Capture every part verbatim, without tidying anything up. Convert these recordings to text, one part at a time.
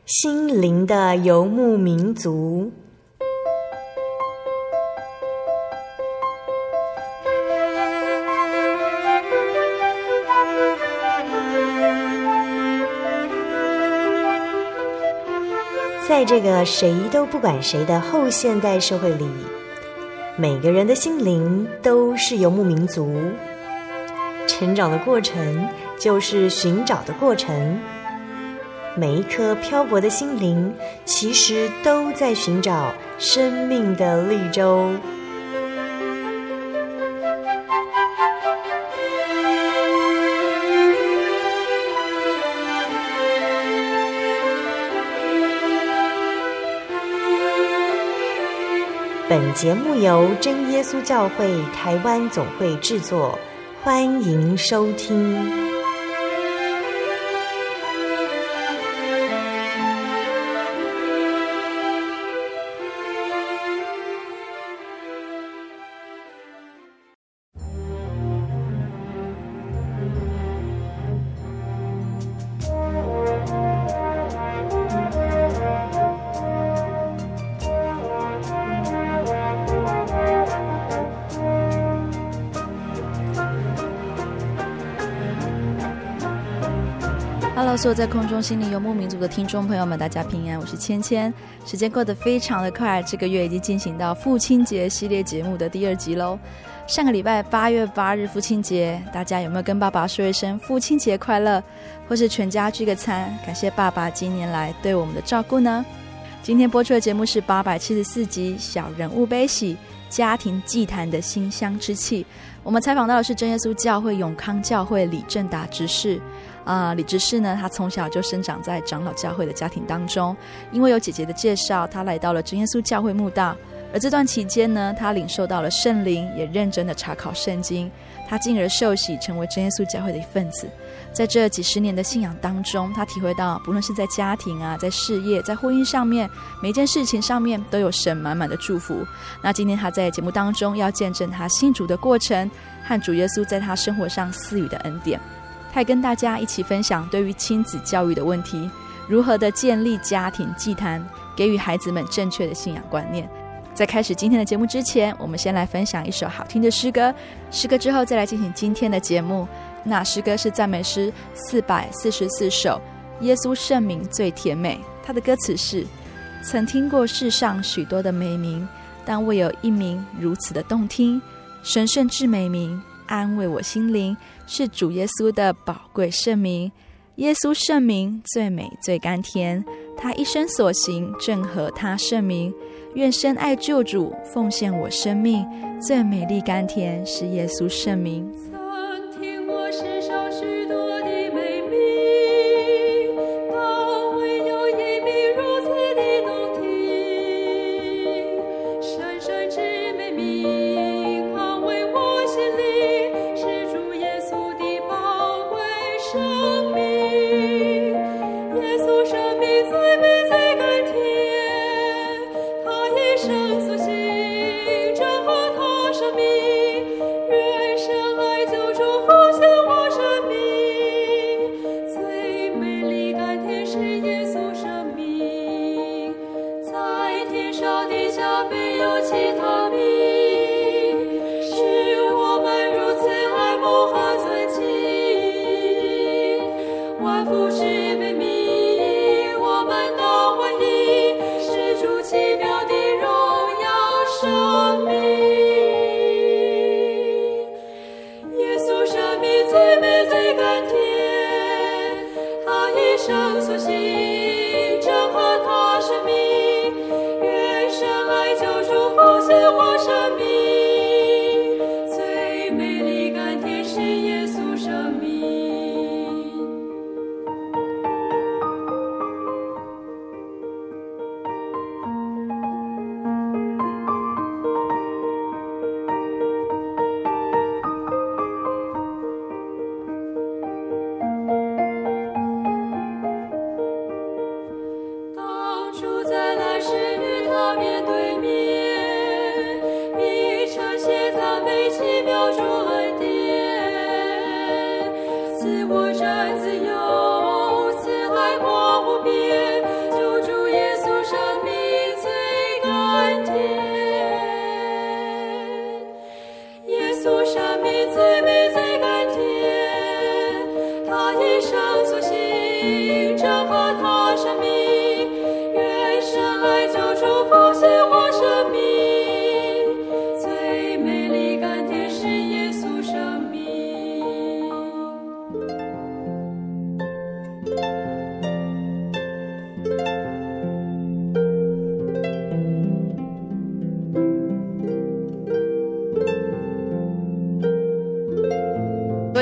心灵的游牧民族。在这个谁都不管谁的后现代社会里，每个人的心灵都是游牧民族。成长的过程就是寻找的过程，每一颗漂泊的心灵其实都在寻找生命的绿洲。本节目由真耶稣教会台湾总会制作，欢迎收听。 Hello， 所有在空中心灵游牧民族的听众朋友们，大家平安，我是芊芊。时间过得非常的快，这个月已经进行到父亲节系列节目的第二集喽。上个礼拜八月八日父亲节，大家有没有跟爸爸说一声父亲节快乐，或是全家聚个餐，感谢爸爸今年来对我们的照顾呢？今天播出的节目是八百七十四集小人物悲喜家庭祭坛的馨香之气。我们采访到的是真耶稣教会永康教会李正达执事。呃，李执事呢，他从小就生长在长老教会的家庭当中，因为有姐姐的介绍，他来到了真耶稣教会慕道。而这段期间呢，他领受到了圣灵，也认真的查考圣经，他进而受洗成为真耶稣教会的一份子。在这几十年的信仰当中，他体会到不论是在家庭啊，在事业，在婚姻上面，每一件事情上面都有神满满的祝福。那今天他在节目当中要见证他信主的过程，和主耶稣在他生活上赐予的恩典。他也跟大家一起分享对于亲子教育的问题，如何的建立家庭祭坛，给予孩子们正确的信仰观念。在开始今天的节目之前，我们先来分享一首好听的诗歌，诗歌之后再来进行今天的节目。那诗歌是赞美诗四百四十四首，耶稣圣名最甜美。它的歌词是：曾听过世上许多的美名，但未有一名如此的动听，神圣至美名，安慰我心灵，是主耶稣的宝贵圣名。耶稣圣名最美最甘甜，他一生所行正合他圣名。愿深爱救主，奉献我生命，最美丽甘甜是耶稣圣名。 曾听过世上许多的美名，但未有一名如此的动听，神圣至美名，安慰我心灵，是主耶稣的宝贵生命。耶稣生命最美最甘甜，他一生所行正合他生命。愿深爱救主，奉献我生命，最美丽甘甜是耶稣生命。在天上地下没有其他名，使我们如此爱慕和尊敬。万福是美名，我们当欢迎，是主奇妙的荣耀生命。耶稣生命最美最甘甜，他一生所行正合他生命。愿深爱救主，奉献我生命，最美丽甘甜是耶稣生命。当主再来时，与他面对面，必呈现赞美奇妙主恩典。赐我真自由，慈爱光无边，就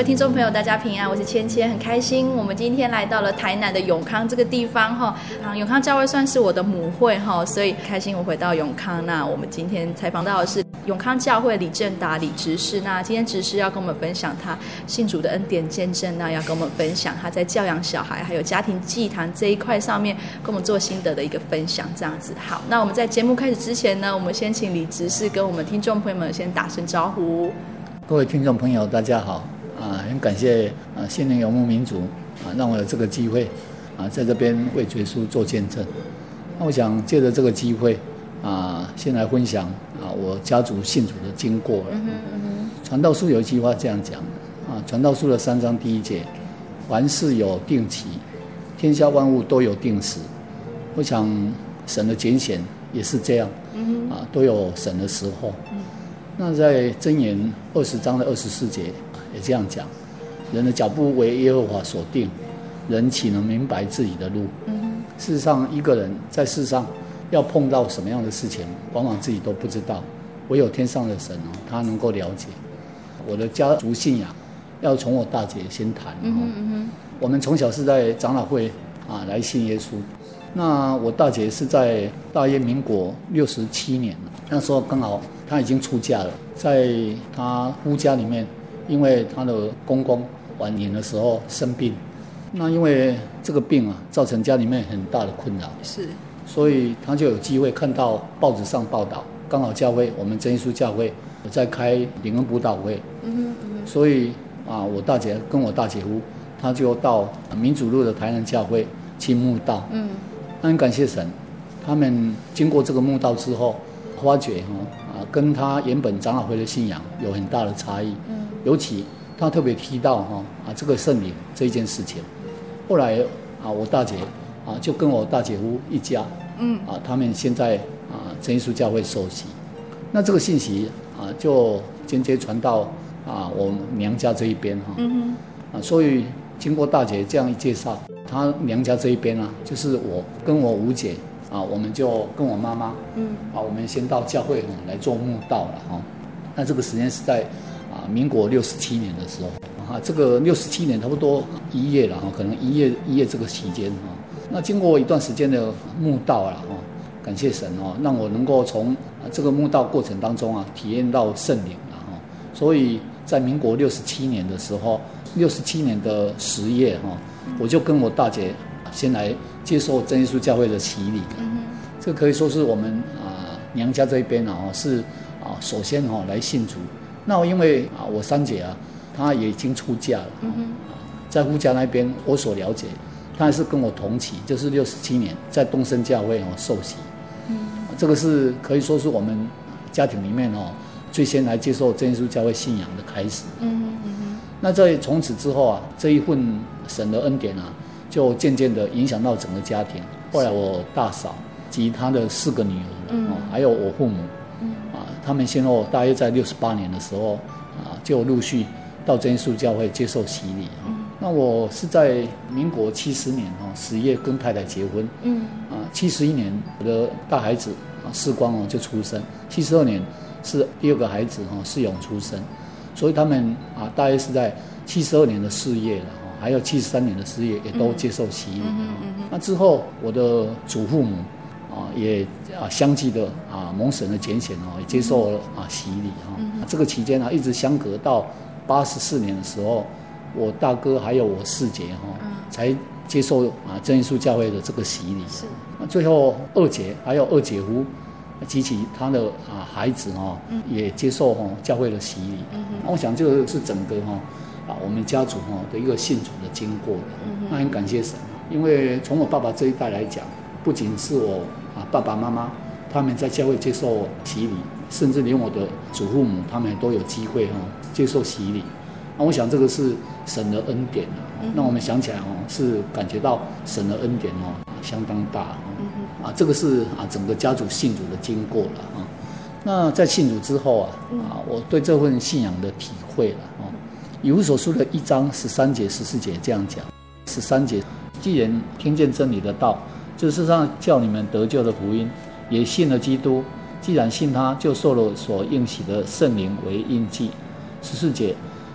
听众朋友，大家平安，我是芊芊，很开心，我们今天来到了台南的永康这个地方哈。啊，永康教会算是我的母会哈，所以开心我回到永康。那我们今天采访到的是永康教会李正达李执事，那今天执事要跟我们分享他信主的恩典见证，那要跟我们分享他在教养小孩还有家庭祭坛这一块上面跟我们做心得的一个分享，这样子。好，那我们在节目开始之前呢，我们先请李执事跟我们听众朋友们先打声招呼。 各位听众朋友，大家好啊！很感谢啊，心灵游牧民族啊，让我有这个机会啊，在这边为耶稣做见证。那我想借着这个机会啊，先来分享啊，我家族信主的经过了。嗯嗯嗯、传道书有一句话这样讲啊，传道书的三章第一节，凡事有定期，天下万物都有定时。我想神的拣选也是这样，嗯、啊，都有神的时候。嗯、那在箴言二十章的二十四节也这样讲，人的脚步为耶和华所定，人岂能明白自己的路？嗯、事实上，一个人在世上要碰到什么样的事情，往往自己都不知道，唯有天上的神哦，他能够了解。我的家族信仰要从我大姐先谈。嗯嗯、我们从小是在长老会啊来信耶稣。那我大姐是在大约民国六十七年，那时候刚好她已经出嫁了，在她夫家里面，因为她的公公晚年的时候生病，那因为这个病啊，造成家里面很大的困扰， 是， 所以她就有机会看到报纸上报道，刚好教会我们真耶稣教会在开灵恩布道会，嗯嗯、所以啊，我大姐跟我大姐夫，她就到民主路的台南教会去慕道，嗯。很感谢神，他们经过这个慕道之后，发觉哈啊，跟他原本长老会的信仰有很大的差异。嗯，尤其他特别提到哈啊这个圣灵这一件事情。后来啊，我大姐啊就跟我大姐夫一家，嗯啊，他们现在啊真耶稣教会受洗，那这个信息啊就间接传到啊我娘家这一边哈。嗯哼，啊，所以经过大姐这样一介绍。他娘家这一边啊，就是我跟我五姐啊，我们就跟我妈妈，嗯，啊，我们先到教会哈来做慕道了哈。那这个时间是在啊民国六十七年的时候啊，这个六十七年差不多一月了哈，可能一月一月这个期间哈。那经过一段时间的慕道了哈，感谢神哦，让我能够从这个慕道过程当中啊，体验到圣灵了哈。所以在民国六十七年的时候，六十七年的十月哈。我就跟我大姐先来接受真耶稣教会的洗礼，嗯、这可以说是我们啊、呃、娘家这一边啊是啊首先哈来信主。那我因为啊我三姐啊她也已经出嫁了，嗯、啊在夫家那边我所了解，她还是跟我同期，就是六十七年在东升教会哦受洗，嗯啊，这个是可以说是我们家庭里面哦最先来接受真耶稣教会信仰的开始。嗯那在从此之后啊，这一份神的恩典啊，就渐渐的影响到整个家庭。后来我大嫂及她的四个女儿，嗯哦、还有我父母，嗯、啊，他们先后大约在六十八年的时候啊，就陆续到真耶稣教会接受洗礼。嗯、那我是在民国七十年哦十月跟太太结婚，嗯啊，七十一年我的大孩子啊世光哦就出生，七十二年是第二个孩子哦世勇出生。所以他们啊，大约是在七十二年的四月了，还有七十三年的四月也都接受洗礼。嗯嗯嗯、那之后，我的祖父母啊，也啊相继的啊蒙神的拣选哦，也接受了啊洗礼哈。嗯、这个期间啊，一直相隔到八十四年的时候，我大哥还有我四姐哈，嗯、才接受啊真耶稣教会的这个洗礼。是。那最后二姐还有二姐夫。及其他的啊孩子哦，嗯、也接受哦教会的洗礼。嗯、那我想这个是整个哈啊我们家族哈的一个信主的经过的。嗯、那很感谢神，因为从我爸爸这一代来讲，不仅是我啊爸爸妈妈他们在教会接受洗礼，甚至连我的祖父母他们都有机会哈接受洗礼。那我想这个是神的恩典啊。嗯、那我们想起来哦，是感觉到神的恩典哦相当大哦。啊，这个是啊整个家族信主的经过了啊。那在信主之后啊，啊我对这份信仰的体会了啊。以弗所书的一章十三节、十四节这样讲：十三节，既然听见真理的道，就是让叫你们得救的福音，也信了基督。既然信他，就受了所应许的圣灵为印记。十四节，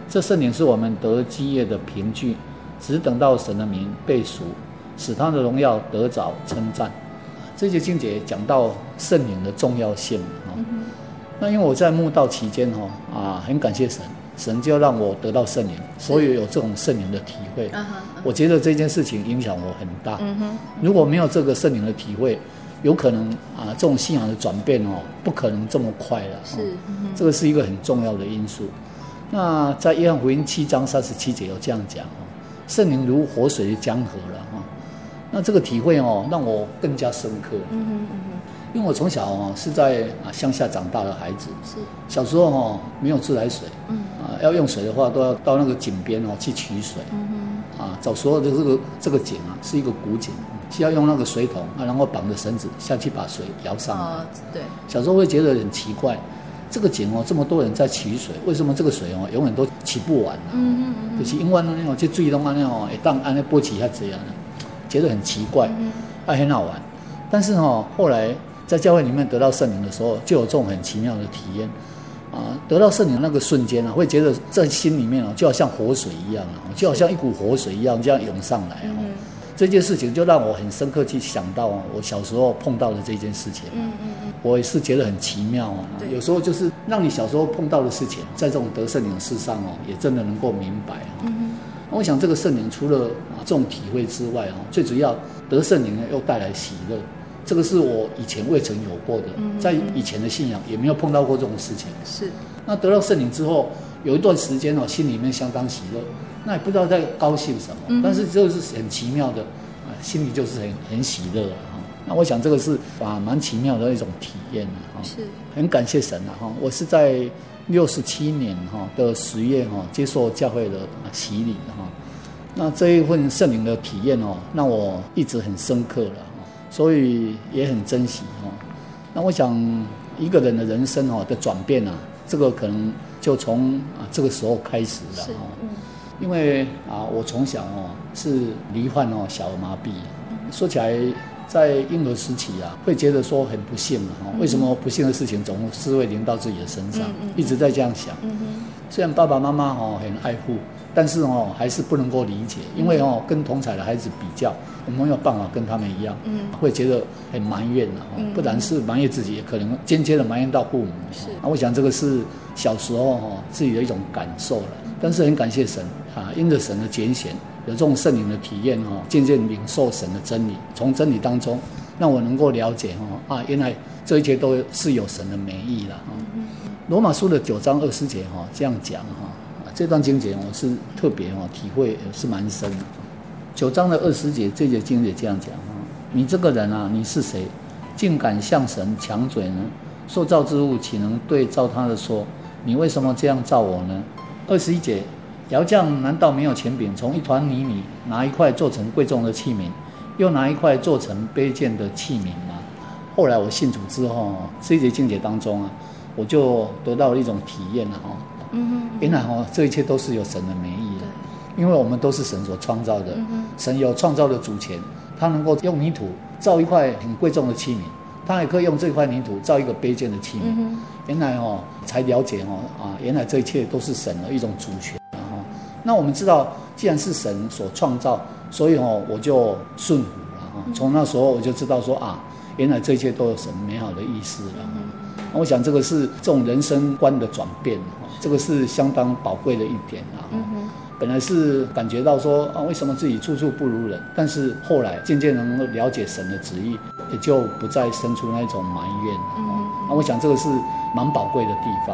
这圣灵是我们得基业的凭据，只等到神的名被赎，使他的荣耀得着称赞。这些经节讲到圣灵的重要性、嗯、那因为我在慕道期间、哦、啊，很感谢神，神就让我得到圣灵，所以有这种圣灵的体会、uh-huh, uh-huh. 我觉得这件事情影响我很大、uh-huh. 如果没有这个圣灵的体会，有可能啊，这种信仰的转变哦，不可能这么快了。是、嗯，这个是一个很重要的因素。那在约翰福音七章三十七节有这样讲哦，圣灵如活水的江河了哈。那这个体会哦，让我更加深刻。嗯哼嗯哼。因为我从小哦是在啊乡下长大的孩子，是小时候哦没有自来水，嗯啊要用水的话都要到那个井边哦去取水。嗯哼。啊，早时候的这个这个井啊是一个古井。需要用那个水桶啊，然后绑着绳子下去把水摇上来。哦，对。小时候会觉得很奇怪，这个井哦，这么多人在取水，为什么这个水哦永远都取不完、啊？嗯嗯嗯。就是因为那种去水拢安尼哦，会当安尼拨起下这样的，觉得很奇怪，嗯啊很好玩。但是哦，后来在教会里面得到圣灵的时候，就有这种很奇妙的体验啊！得到圣灵那个瞬间啊，会觉得在心里面哦，就好像活水一样啊，就好像一股活水一样这样涌上来哦。嗯这件事情就让我很深刻去想到啊，我小时候碰到的这件事情，嗯嗯嗯，我也是觉得很奇妙啊。有时候就是让你小时候碰到的事情，在这种得圣灵的事上哦，也真的能够明白啊。嗯嗯，我想这个圣灵除了啊这种体会之外哦，最主要得圣灵呢又带来喜乐，这个是我以前未曾有过的，嗯嗯，在以前的信仰也没有碰到过这种事情。是，那得到圣灵之后，有一段时间哦，心里面相当喜乐。那也不知道在高兴什么，嗯、但是就是很奇妙的，啊，心里就是很很喜乐啊。那我想这个是啊蛮奇妙的一种体验啊。是，很感谢神啊哈！我是在六十七年哈的十月哈接受教会的洗礼哈。那这一份圣灵的体验哦，让我一直很深刻了，所以也很珍惜哈。那我想一个人的人生哦的转变啊，这个可能就从啊这个时候开始了哈。因为啊，我从小哦是罹患哦小儿麻痹，说起来在婴儿时期啊，会觉得说很不幸啊，为什么不幸的事情总是会临到自己的身上？一直在这样想。虽然爸爸妈妈哦很爱护，但是哦还是不能够理解，因为哦跟同侪的孩子比较，我们没有办法跟他们一样，会觉得很埋怨啊，不然是埋怨自己，也可能间接的埋怨到父母。那我想这个是小时候哦自己的一种感受了。但是很感谢神啊，因着神的拣选，有这种圣灵的体验哈，渐渐领受神的真理，从真理当中让我能够了解哈啊，原来这一切都是有神的美意了哈。罗马书的九章二十节哈这样讲哈，这段经节我是特别哈体会是蛮深的。九章的二十节这节经节这样讲哈，你这个人啊，你是谁，竟敢向神抢嘴呢？受造之物岂能对照他的说，你为什么这样造我呢？二十一节，窑匠难道没有权柄从一团泥里拿一块做成贵重的器皿，又拿一块做成卑贱的器皿吗？后来我信主之后，这一节经节当中啊，我就得到了一种体验了哈。嗯，原来哈这一切都是有神的美意的，因为我们都是神所创造的，神有创造的主权，他能够用泥土造一块很贵重的器皿。他也可以用这块泥土造一个卑贱的器皿、嗯，原来哦才了解哦啊，原来这一切都是神的一种主权啊哈。那我们知道，既然是神所创造，所以哦我就顺服了哈。从那时候我就知道说啊，原来这一切都有神美好的意思了。嗯、我想这个是这种人生观的转变，这个是相当宝贵的一点啊。嗯本来是感觉到说啊，为什么自己处处不如人？但是后来渐渐能够了解神的旨意，也就不再生出那种埋怨。嗯，那、啊、我想这个是蛮宝贵的地方。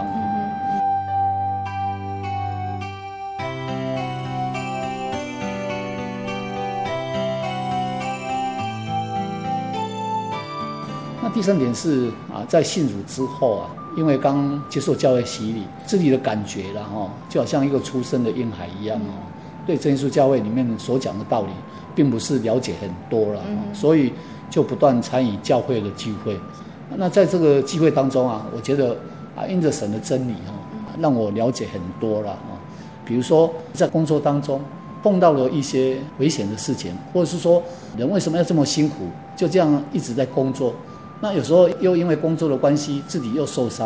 那第三点是啊，在信主之后啊。因为刚接受教会洗礼，自己的感觉啦哈，就好像一个出生的婴孩一样哦。对真耶稣教会里面所讲的道理，并不是了解很多了，所以就不断参与教会的聚会。那在这个聚会当中啊，我觉得啊，因着神的真理哈，让我了解很多了啊。比如说在工作当中碰到了一些危险的事情，或者是说人为什么要这么辛苦，就这样一直在工作。那有时候又因为工作的关系，自己又受伤，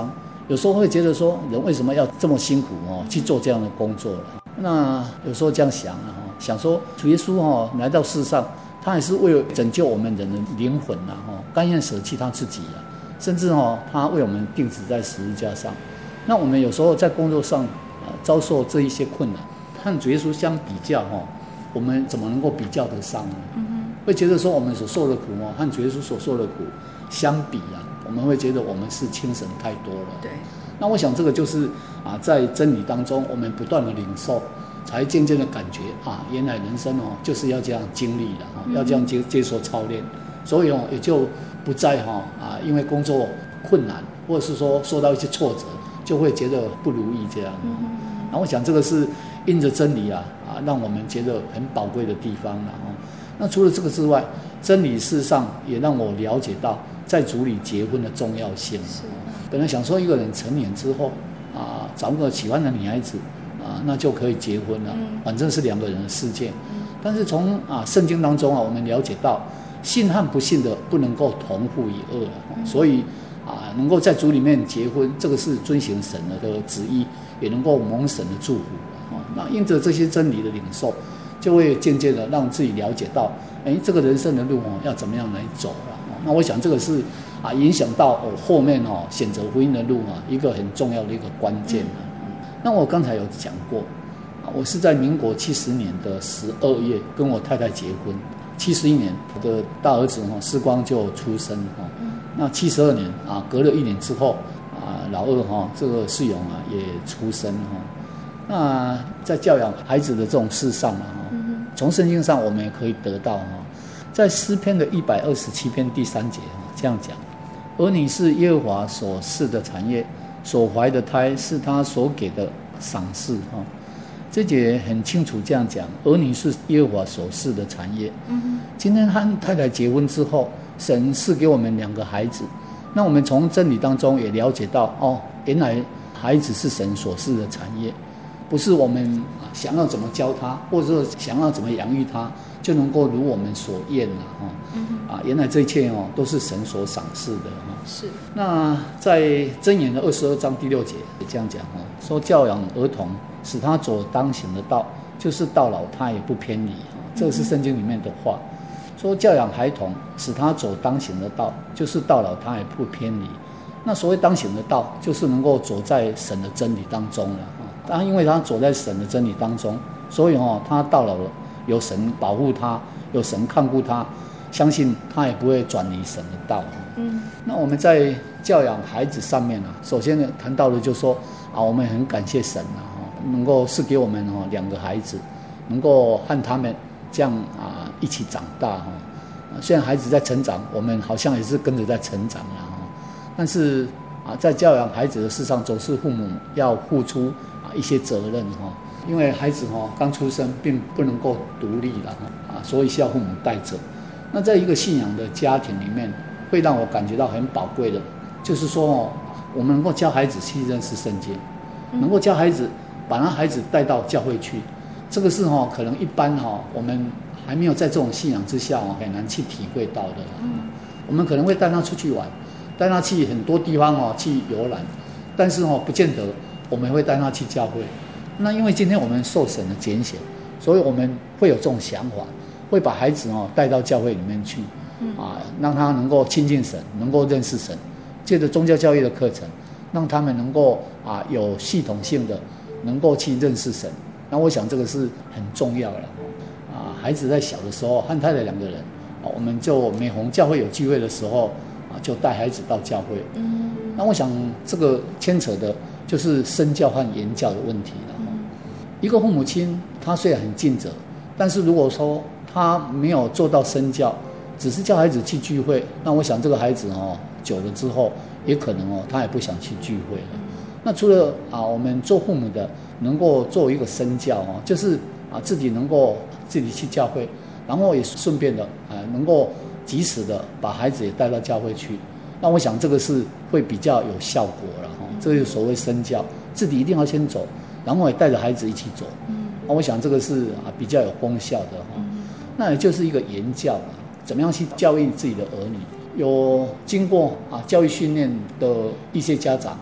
有时候会觉得说，人为什么要这么辛苦哦去做这样的工作了？那有时候这样想啊，想说主耶稣哦来到世上，他也是为了拯救我们人的灵魂呐，哈，甘愿舍弃他自己啊，甚至哦他为我们钉死在十字架上。那我们有时候在工作上啊遭受这一些困难，和主耶稣相比较哈，我们怎么能够比较得上呢？嗯哼，会觉得说我们所受的苦哦，和主耶稣所受的苦相比啊，我们会觉得我们是轻省太多了。 对。 那我想这个就是啊，在真理当中，我们不断的领受，才渐渐的感觉啊，原来人生哦就是要这样经历的哈，要这样接接受操练，所以哦也就不再哈啊，因为工作困难或者是说受到一些挫折，就会觉得不如意这样。然后我想这个是因着真理啊啊，让我们觉得很宝贵的地方了哈。那除了这个之外，真理事实上也让我了解到在主里结婚的重要性。本来想说一个人成年之后啊，找个喜欢的女孩子啊，那就可以结婚了，反正是两个人的事件。但是从啊圣经当中啊，我们了解到信和不信的不能够同父一轭，所以啊能够在主里面结婚，这个是遵行神的旨意，也能够蒙神的祝福。那因着这些真理的领受，就会渐渐的让自己了解到，哎，这个人生的路哦要怎么样来走了。那我想这个是啊影响到我后面哦选择婚姻的路啊一个很重要的一个关键啊。那我刚才有讲过，啊，我是在民国七十年的十二月跟我太太结婚，七十一年我的大儿子哈世光就出生哈，那七十二年啊隔了一年之后啊老二哈这个世勇啊也出生哈。那在教养孩子的这种事上啊，从圣经上我们也可以得到哈。在诗篇的一百二十七篇第三节这样讲，儿女是耶和华所赐的产业，所怀的胎是他所给的赏赐。这节很清楚这样讲，儿女是耶和华所赐的产业。今天和太太结婚之后，神赐给我们两个孩子，那我们从真理当中也了解到，哦，原来孩子是神所赐的产业，不是我们想要怎么教他，或者说想要怎么养育他就能够如我们所愿了哈、嗯、啊，原来这一切哦都是神所赏赐的哈。 是。 那在箴言的二十二章第六节也这样讲哈，说教养儿童，使他走当行的道，就是到老他也不偏离哈。这个是圣经里面的话，说教养孩童，使他走当行的道，就是到老他也不偏离。那所谓当行的道，就是能够走在神的真理当中了哈。当然，因为他走在神的真理当中，所以哦，他到老了。有神保护他，有神看顾他，相信他也不会转离神的道。嗯，那我们在教养孩子上面啊，首先呢谈到的就是说啊，我们很感谢神啊，能够赐给我们哦两个孩子，能够和他们这样啊一起长大哈。虽然孩子在成长，我们好像也是跟着在成长啊，但是啊，在教养孩子的事上，总是父母要付出啊一些责任哈。因为孩子哈刚出生并不能够独立了啊，所以需要父母带着。那在一个信仰的家庭里面，会让我感觉到很宝贵的，就是说哦，我们能够教孩子去认识圣经，能够教孩子把那孩子带到教会去，这个是哈可能一般哈我们还没有在这种信仰之下哦很难去体会到的。我们可能会带他出去玩，带他去很多地方哦去游览，但是哦不见得我们会带他去教会。那因为今天我们受神的拣选，所以我们会有这种想法，会把孩子哦带到教会里面去，啊，让他能够亲近神，能够认识神，借着宗教教育的课程，让他们能够啊有系统性的能够去认识神。那我想这个是很重要的啊。孩子在小的时候和太太两个人，啊，我们就每逢教会有聚会的时候啊，就带孩子到教会。嗯，那我想这个牵扯的就是身教和言教的问题了。一个父母亲他虽然很尽责，但是如果说他没有做到身教，只是叫孩子去聚会，那我想这个孩子哦久了之后也可能哦他也不想去聚会了。那除了啊我们做父母的能够做一个身教哦，就是啊自己能够自己去教会，然后也顺便的啊能够及时的把孩子也带到教会去，那我想这个是会比较有效果了哈。这就是所谓身教，自己一定要先走，然后也带着孩子一起走。嗯，那我想这个是啊比较有功效的哈。嗯，那也就是一个言教啊，怎么样去教育自己的儿女？有经过啊教育训练的一些家长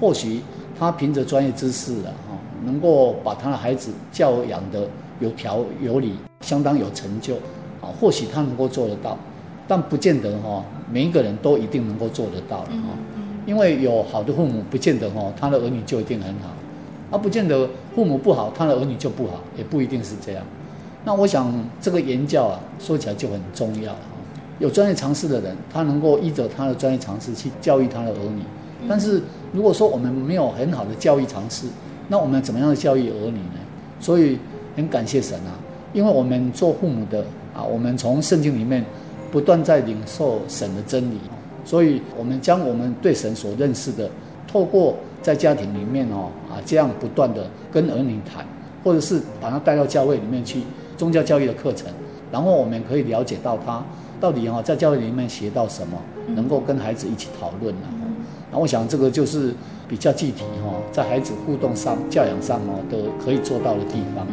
或许他凭着专业知识啊，能够把他的孩子教养的有条有理，相当有成就啊，或许他能够做得到，但不见得哈，每一个人都一定能够做得到了哈。因为有好的父母，不见得哈，他的儿女就一定很好，而不见得父母不好，他的儿女就不好，也不一定是这样。那我想这个言教啊，说起来就很重要。有专业常识的人，他能够依着他的专业常识去教育他的儿女。但是如果说我们没有很好的教育常识，那我们怎么样的教育儿女呢？所以很感谢神啊，因为我们做父母的啊，我们从圣经里面不断在领受神的真理，所以我们将我们对神所认识的，透过在家庭里面哦啊，这样不断的跟儿女谈，或者是把他带到教会里面去宗教教育的课程，然后我们可以了解到他到底哈在教会里面学到什么，能够跟孩子一起讨论了。那我想这个就是比较具体哈，在孩子互动上、教养上哦的可以做到的地方。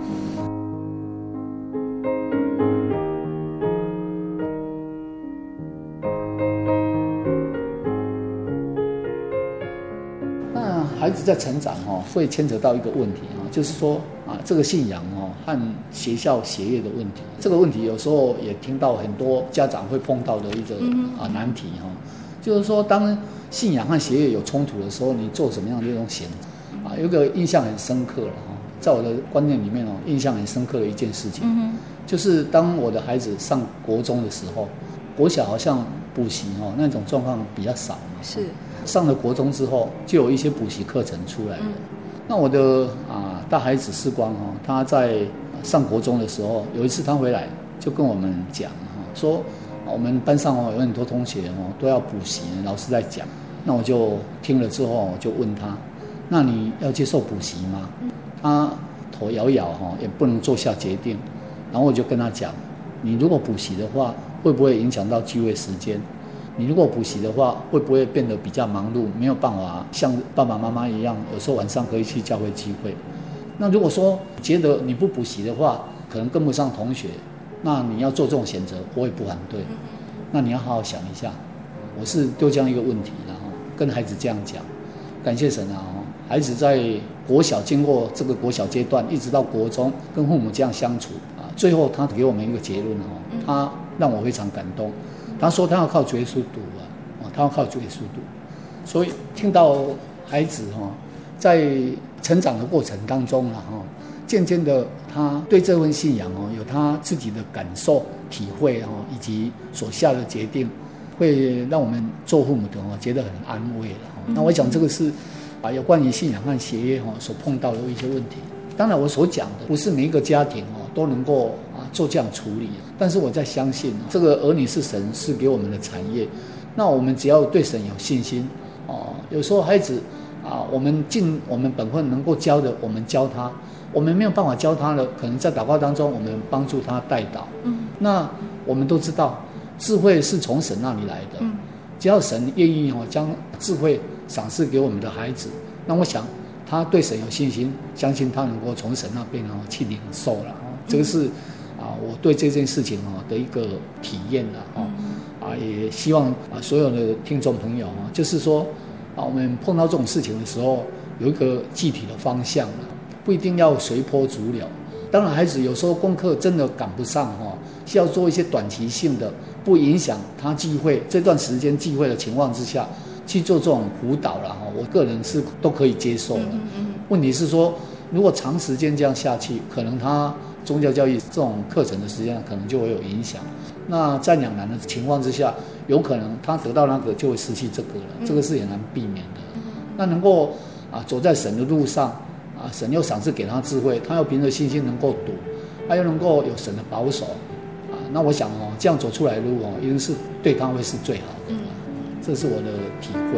那孩子在成长哦，会牵扯到一个问题啊，就是说啊，这个信仰哦和学校学业的问题。这个问题有时候也听到很多家长会碰到的一个啊难题哈，就是说当信仰和学业有冲突的时候，你做什么样的一种选择啊？有一个印象很深刻了哈，在我的观念里面哦，印象很深刻的一件事情，嗯、就是当我的孩子上国中的时候，国小好像补习哦那种状况比较少嘛， 是上了国中之后，就有一些补习课程出来了。嗯、那我的啊大孩子世光哦，他在上国中的时候，有一次他回来就跟我们讲哈，说我们班上哦有很多同学哦都要补习，老师在讲。那我就听了之后，我就问他：“那你要接受补习吗？”他头摇摇哈，也不能做下决定。然后我就跟他讲：“你如果补习的话，会不会影响到聚会时间？你如果补习的话，会不会变得比较忙碌，没有办法像爸爸妈妈一样，有时候晚上可以去教会聚会？那如果说觉得你不补习的话，可能跟不上同学，那你要做这种选择，我也不反对。那你要好好想一下。”我是丢这样一个问题，然后跟孩子这样讲，感谢神啊！孩子在国小经过这个国小阶段，一直到国中，跟父母这样相处啊，最后他给我们一个结论哦，他让我非常感动。他说他要靠主耶稣读啊，他要靠主耶稣读。所以听到孩子哈，在成长的过程当中啊，哈，渐渐的他对这份信仰哦，有他自己的感受、体会哦，以及所下的决定。会让我们做父母的哦觉得很安慰了。那我想这个是啊有关于信仰和学业哦所碰到的一些问题。当然我所讲的不是每一个家庭哦都能够啊做这样处理，但是我在相信这个儿女是神是给我们的产业，那我们只要对神有信心哦，有时候孩子啊我们尽我们本分能够教的我们教他，我们没有办法教他的，可能在祷告当中我们帮助他带导。嗯，那我们都知道。智慧是从神那里来的，嗯、只要神愿意哦将智慧赏赐给我们的孩子，那我想他对神有信心，相信他能够从神那边哦去领受了。嗯、这个是啊我对这件事情哦的一个体验了哦，嗯、啊也希望啊所有的听众朋友啊，就是说啊我们碰到这种事情的时候有一个具体的方向了，不一定要随波逐流。当然孩子有时候功课真的赶不上哈，需要做一些短期性的。不影响他聚会这段时间聚会的情况之下去做这种辅导了哈，我个人是都可以接受的。嗯嗯、问题是说，如果长时间这样下去，可能他宗教教育这种课程的时间可能就会有影响。那在两难的情况之下，有可能他得到那个就会失去这个了，嗯、这个是很难避免的。嗯、那能够啊走在神的路上啊，神又赏赐给他智慧，他又凭着信心能够读，他又能够有神的保守。那我想哦，这样走出来的路哦，一定是对他会是最好的，嗯、这是我的体会。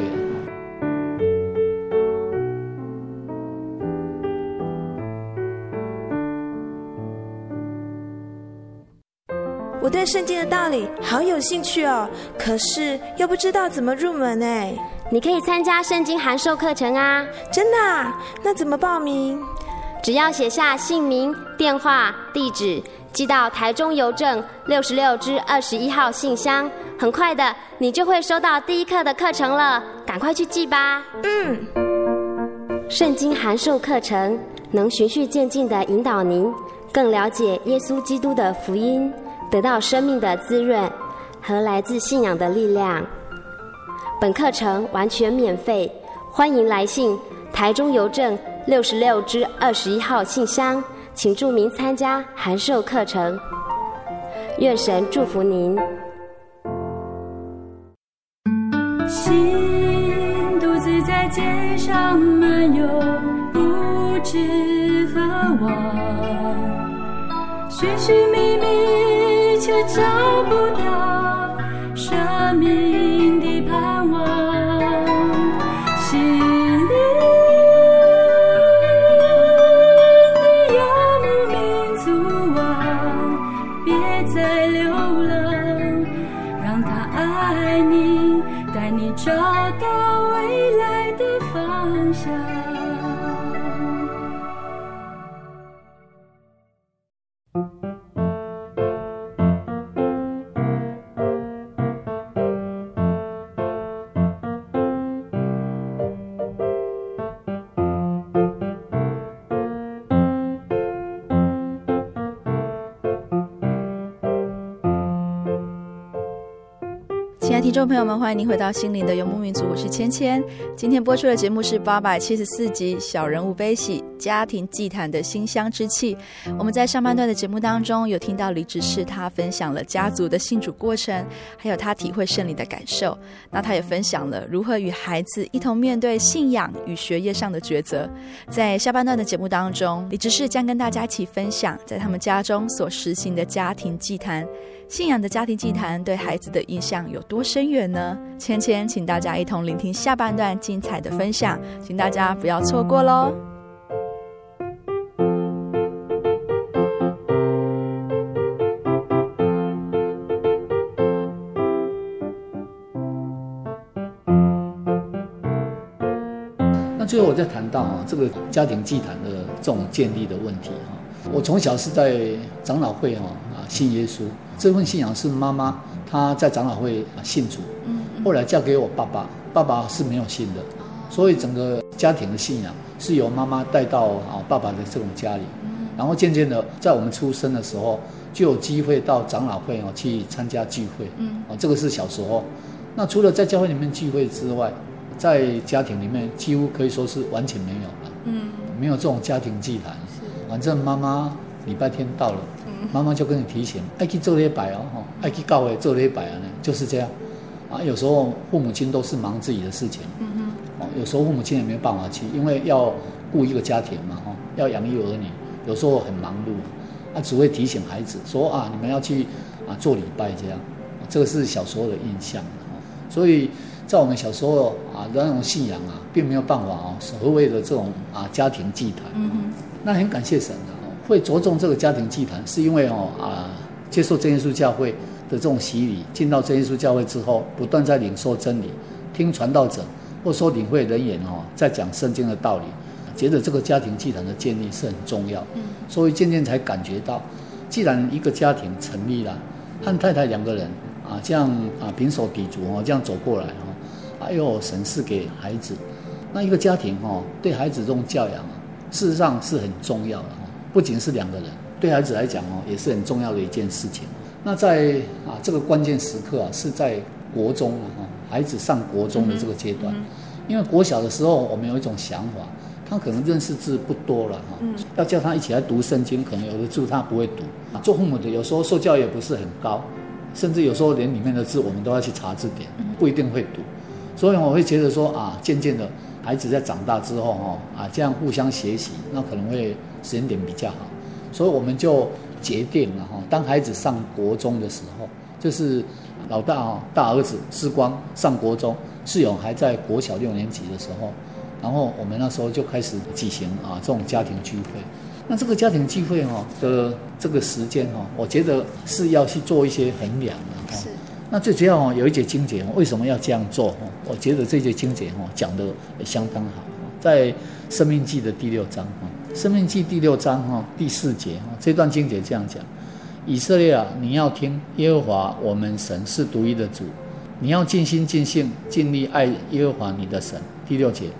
我对圣经的道理好有兴趣哦，可是又不知道怎么入门哎。 你可以参加圣经函授课程啊！ 真的啊？那怎么报名？ 只要写下姓名、电话、地址。寄到台中邮政六十六支二十一号信箱，很快的，你就会收到第一课的课程了，赶快去寄吧。 嗯。 圣经函授课程能循序渐进地引导您更了解耶稣基督的福音，得到生命的滋润和来自信仰的力量。本课程完全免费，欢迎来信台中邮政六十六支二十一号信箱，请注明参加函授课程。愿神祝福您。 心独自在街上漫游，不知何往，寻寻觅觅却找不到生命的盼望，心灵的游牧民族啊，别再流浪，让他爱你，带你找到未来的方向。 亲爱的听众朋友们，欢迎您回到心灵的游牧民族，我是芊芊。今天播出的节目是八百七十四集《小人物悲喜家庭祭坛的馨香之气》。我们在上半段的节目当中有听到李执事他分享了家族的信主过程，还有他体会圣灵的感受。那他也分享了如何与孩子一同面对信仰与学业上的抉择。在下半段的节目当中，李执事将跟大家一起分享在他们家中所实行的家庭祭坛。信仰的家庭祭坛对孩子的影响有多深远呢？芊芊请大家一同聆听下半段精彩的分享，请大家不要错过咯。 那最后我再谈到啊，这个家庭祭坛的这种建立的问题哈。我从小是在长老会啊信耶稣，这份信仰是妈妈她在长老会信主，后来嫁给我爸爸，爸爸是没有信的，所以整个家庭的信仰是由妈妈带到啊爸爸的这种家里，然后渐渐的在我们出生的时候就有机会到长老会啊去参加聚会，啊这个是小时候。那除了在教会里面聚会之外，在家庭里面几乎可以说是完全没有了，嗯，没有这种家庭祭坛。反正妈妈礼拜天到了，妈妈就跟你提醒，爱去做礼拜哦，爱去教会做礼拜啊，就是这样。啊，有时候父母亲都是忙自己的事情，嗯哦，有时候父母亲也没有办法去，因为要顾一个家庭嘛，哦，要养育儿女，有时候很忙碌，啊，只会提醒孩子说啊，你们要去啊做礼拜这样，这个是小时候的印象，哦，所以在我们小时候啊的那种信仰啊，并没有办法哦，所谓的这种啊家庭祭坛，嗯那很感谢神啊，会着重这个家庭祭坛，是因为哦啊接受真耶稣教会的这种洗礼，进到真耶稣教会之后，不断在领受真理，听传道者或说领会人言哦，在讲圣经的道理，觉得这个家庭祭坛的建立是很重要，嗯，所以渐渐才感觉到，既然一个家庭成立了，和太太两个人啊这样啊平手抵足哦，这样走过来哦，哎呦，神是给孩子，那一个家庭哦，对孩子这种教养啊，事实上是很重要的哦，不仅是两个人，对孩子来讲哦，也是很重要的一件事情。那在啊这个关键时刻啊，是在国中啊，孩子上国中的这个阶段，因为国小的时候我们有一种想法，他可能认识字不多了哈，要叫他一起来读圣经，可能有的字他不会读。做父母的有时候受教也不是很高，甚至有时候连里面的字我们都要去查字典，不一定会读。所以我会觉得说啊，渐渐的孩子在长大之后哈啊，这样互相学习，那可能会时间点比较好。所以我们就决定了哈，当孩子上国中的时候，就是老大哈大儿子世光上国中，世勇还在国小六年级的时候，然后我们那时候就开始举行啊这种家庭聚会。那这个家庭聚会哈的这个时间哈，我觉得是要去做一些衡量的哈。是。那最主要哦，有一节经节为什么要这样做？我觉得这节经节哦讲得也相当好，在申命记的第六章哈，申命记第六章哈第四节哈，这段经节这样讲：以色列啊，你要听，耶和华我们神是独一的主，你要尽心尽性尽力爱耶和华你的神。第六节，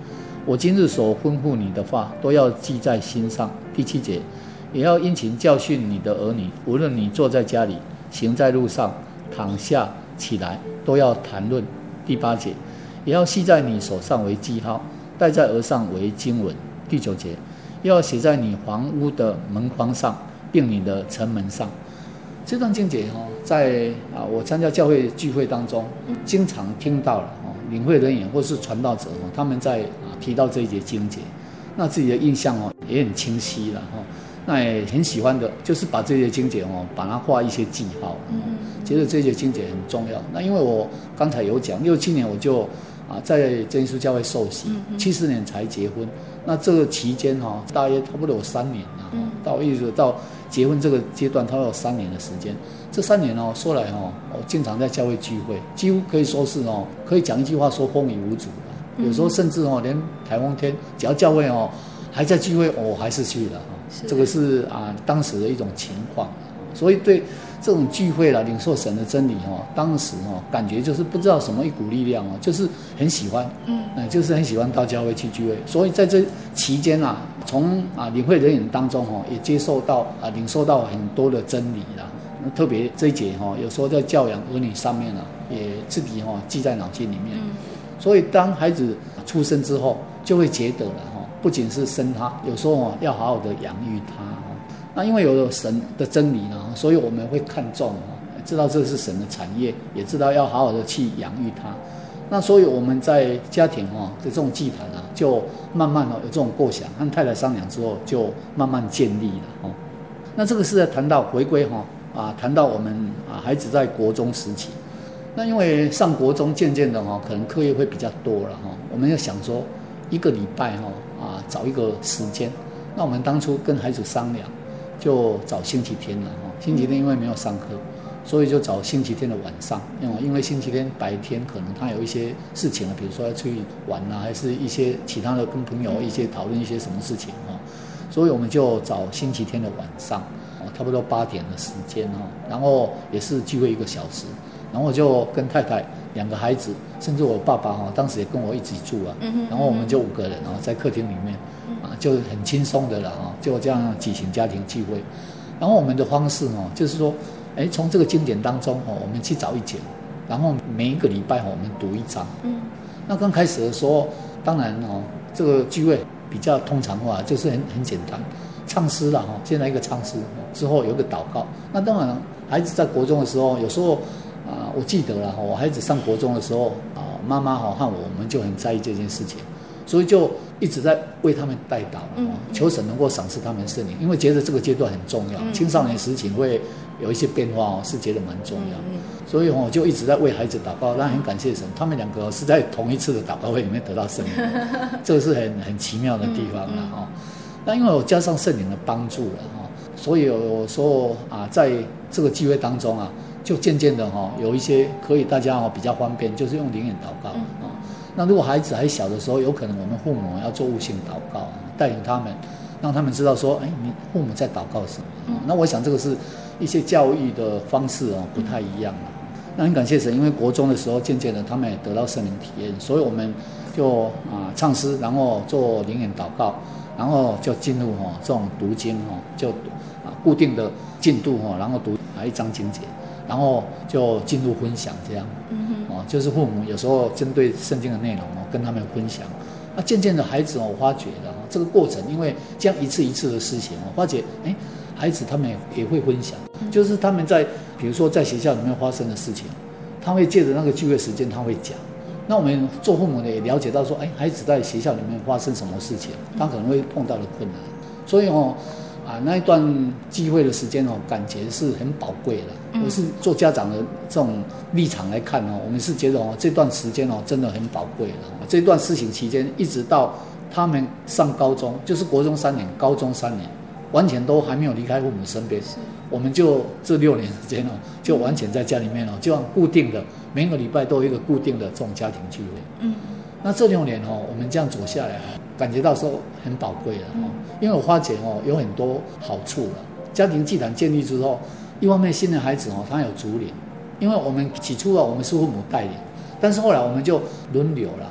我今日所吩咐你的话，都要记在心上。第七节，也要殷勤教训你的儿女，无论你坐在家里，行在路上，躺下起来，都要谈论。第八节，也要系在你手上为记号，戴在额上为经文。第九节，要写在你房屋的门框上，并你的城门上。这段经节哦，在啊我参加教会聚会当中，经常听到了哦，领会人员或是传道者哦，他们在啊提到这一节经节，那自己的印象哦也很清晰了哈、哦。那也很喜欢的，就是把这些经节哦，把它画一些记号。嗯，觉得这些经节很重要。那因为我刚才有讲，六七年我就啊在真耶稣教会受洗，七十年才结婚。那这个期间哈、哦，大约差不多有三年了、嗯，到一直到结婚这个阶段，它有三年的时间。这三年哦，说来哦，我经常在教会聚会，几乎可以说是哦，可以讲一句话说风雨无阻了。有时候甚至哦，连台风天，只要教会哦还在聚会，我还是去了哈。这个是啊当时的一种情况。所以对这种聚会啦，领受神的真理哦，当时哦感觉就是不知道什么一股力量哦，就是很喜欢，嗯，呃、就是很喜欢到教会去聚会。所以在这期间啊，从啊领会人员当中哦，也接受到啊领受到很多的真理啦。特别这一节哈、哦，有时候在教养儿女上面啊，也自己哈、哦、记在脑筋里面。嗯、所以当孩子出生之后，就会觉得了哈、哦，不仅是生他，有时候哦要好好的养育他。那因为有神的真理呢，所以我们会看重哦，知道这是神的产业，也知道要好好的去养育它。那所以我们在家庭哦的这种祭坛啊，就慢慢哦有这种构想，和太太商量之后，就慢慢建立了哦。那这个是在谈到回归哈啊，谈到我们啊孩子在国中时期，那因为上国中渐渐的哈，可能课业会比较多了哈，我们要想说一个礼拜哈啊找一个时间，那我们当初跟孩子商量。就找星期天了哈，星期天因为没有上课，所以就找星期天的晚上，因为星期天白天可能他有一些事情啊，比如说要出去玩啊，还是一些其他的跟朋友一些讨论一些什么事情哈，所以我们就找星期天的晚上，差不多八点的时间哈，然后也是聚会一个小时，然后我就跟太太两个孩子，甚至我爸爸哈，当时也跟我一起住啊，然后我们就五个人啊，在客厅里面。啊，就很轻松的了哈，就这样举行家庭聚会。然后我们的方式哦，就是说，哎，从这个经典当中哦，我们去找一节，然后每一个礼拜哦，我们读一章。嗯。那刚开始的时候，当然哦，这个聚会比较通常化，就是很很简单，唱诗了哈，先来一个唱诗，之后有一个祷告。那当然，孩子在国中的时候，有时候啊、呃，我记得了哈，我孩子上国中的时候啊、呃，妈妈哈和我，我们就很在意这件事情。所以就一直在为他们代祷、嗯、求神能够赏赐他们圣灵，因为觉得这个阶段很重要，嗯、青少年时期会有一些变化哦，是觉得蛮重要。嗯、所以我就一直在为孩子祷告，但很感谢神，他们两个是在同一次的祷告会里面得到圣灵，这个是很很奇妙的地方了哈、嗯嗯。那因为我加上圣灵的帮助了哈，所以有时候啊，在这个聚会当中啊，就渐渐的哈，有一些可以大家哦比较方便，就是用灵言祷告啊。嗯那如果孩子还小的时候，有可能我们父母要做悟性祷告，带领他们，让他们知道说，哎，你父母在祷告什么？嗯、那我想这个是一些教育的方式哦，不太一样了。那很感谢神，因为国中的时候渐渐的他们也得到圣灵体验，所以我们就啊唱诗，然后做灵言祷告，然后就进入哈、哦、这种读经哈、哦，就啊固定的进度哈、哦，然后读啊一章经节。然后就进入分享，这样，嗯、哦，就是父母有时候针对圣经的内容哦，跟他们分享。那渐渐的孩子哦，我发觉了、哦、这个过程，因为这样一次一次的施行，我发觉，哎，孩子他们也也会分享，嗯、就是他们在比如说在学校里面发生的事情，他会借着那个聚会时间，他会讲。那我们做父母的也了解到说，哎，孩子在学校里面发生什么事情，他可能会碰到的困难，所以哦。啊，那一段聚会的时间哦，感觉是很宝贵的。我是做家长的这种立场来看哦，我们是觉得哦，这段时间哦，真的很宝贵的。这段施行期间，一直到他们上高中，就是国中三年、高中三年，完全都还没有离开父母身边。我们就这六年时间哦，就完全在家里面哦，就固定的每个礼拜都有一个固定的这种家庭聚会。嗯。那这六年哦，我们这样走下来哦，感觉到说很宝贵了哦，因为我发觉哦有很多好处了。家庭祭坛建立之后，一方面新的孩子哦，他有主领，因为我们起初啊，我们是父母带领，但是后来我们就轮流了哈、哦，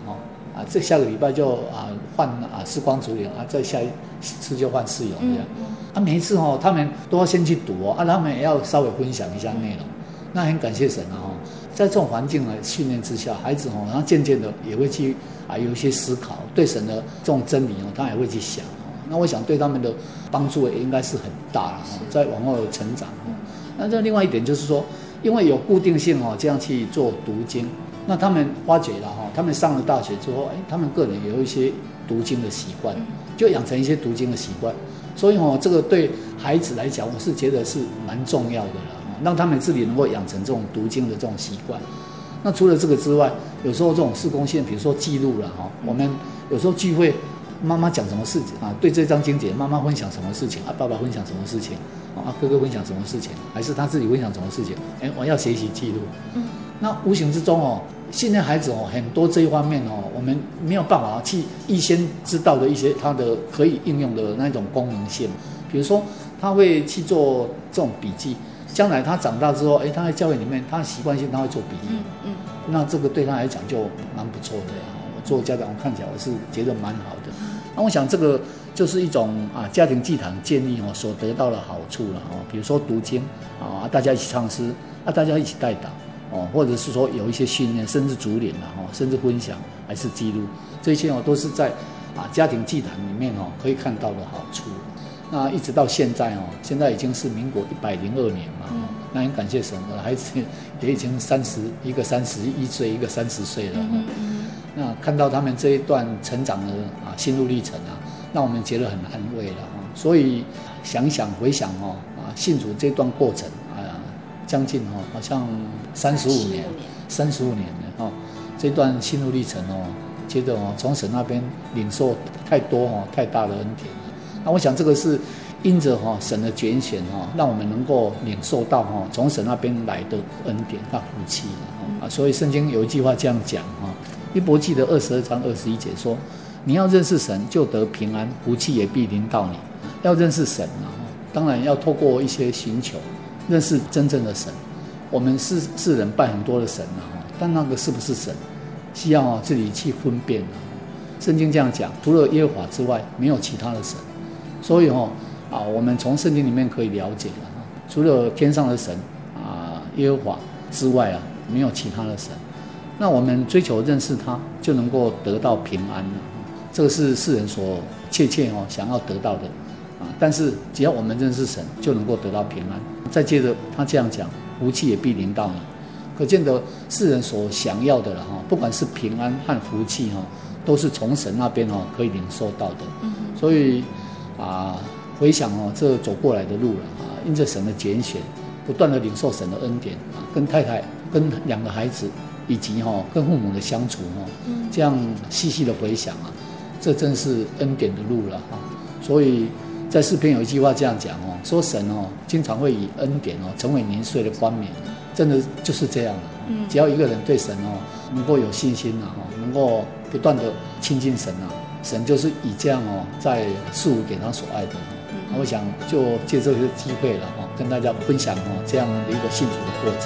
啊，这下个礼拜就啊换啊视光主领啊，再下一次就换室友这样。嗯嗯、啊，每一次哦，他们都要先去读哦，啊，他们也要稍微分享一下内容。那很感谢神啊，哦，在这种环境的训练之下，孩子哦，然后渐渐的也会去啊有一些思考，对神的这种真理哦，他也会去想哦。那我想对他们的帮助也应该是很大了哦，在往后的成长哦。那这另外一点就是说，因为有固定性哦，这样去做读经。那他们发觉了哈，他们上了大学之后，哎，他们个人也有一些读经的习惯，就养成一些读经的习惯。所以哦，这个对孩子来讲，我是觉得是蛮重要的了，让他们自己能够养成这种读经的这种习惯。那除了这个之外，有时候这种事工线，比如说记录了哈，我们有时候聚会，妈妈讲什么事情啊？对这张经节，妈妈分享什么事情啊？爸爸分享什么事情啊？哥哥分享什么事情？还是他自己分享什么事情？哎，我要学习记录。嗯。那无形之中哦，训练孩子哦，很多这一方面哦，我们没有办法去预先知道的一些他的可以应用的那种功能性。比如说，他会去做这种笔记，将来他长大之后，哎，他在教会里面，他的习惯性他会做笔记。嗯嗯。那这个对他来讲就蛮不错的呀。我做家长，我看起来我是觉得蛮好的。那我想这个就是一种啊家庭祭坛建立哦所得到的好处了哦。比如说读经啊，大家一起唱诗，啊，大家一起代祷。哦，或者是说有一些训练，甚至主领啊，哦，甚至分享还是记录，这些哦都是在啊家庭祭坛里面哦可以看到的好处。那一直到现在哦，现在已经是民国一百零二年嘛，嗯，那很感谢神，我的孩子也已经三十，一个三十一岁，一个三十岁了。嗯嗯，那看到他们这一段成长的啊心路历程啊，让我们觉得很安慰了啊。所以想想回想哦啊信主这段过程啊。将近哦，好像三十五年，三十五年了哦，这段心路历程哦，觉得哦，从神那边领受太多哦，太大的恩典了。那我想这个是因着哈神的拣选哈，让我们能够领受到哈从神那边来的恩典和福气啊。所以圣经有一句话这样讲哈，《约伯记》的二十二章二十一节说：“你要认识神，就得平安，福气也必临到你。”要认识神啊，当然要透过一些寻求。认识真正的神，我们是世人拜很多的神啊，但那个是不是神，需要自己去分辨啊。圣经这样讲，除了耶和华之外，没有其他的神。所以哦啊，我们从圣经里面可以了解了，除了天上的神啊耶和华之外啊，没有其他的神。那我们追求认识他，就能够得到平安了。这个是世人所切切哦想要得到的。啊！但是只要我们认识神，就能够得到平安。再接着他这样讲，福气也必临到你。可见得世人所想要的了哈，不管是平安和福气哈，都是从神那边哦可以领受到的。嗯、所以啊，回想哦这走过来的路了啊，因着神的拣选，不断的领受神的恩典啊，跟太太、跟两个孩子以及哈跟父母的相处哈，这样细细的回想啊，这真是恩典的路了哈。所以。在诗篇有一句话这样讲哦，说神哦经常会以恩典哦成为年岁的冠冕，真的就是这样的。嗯，只要一个人对神哦能够有信心啊，能够不断的亲近神啊，神就是以这样哦在赐给他所爱的。嗯，我想就借这个机会了哈，跟大家分享哦这样的一个信主的过程。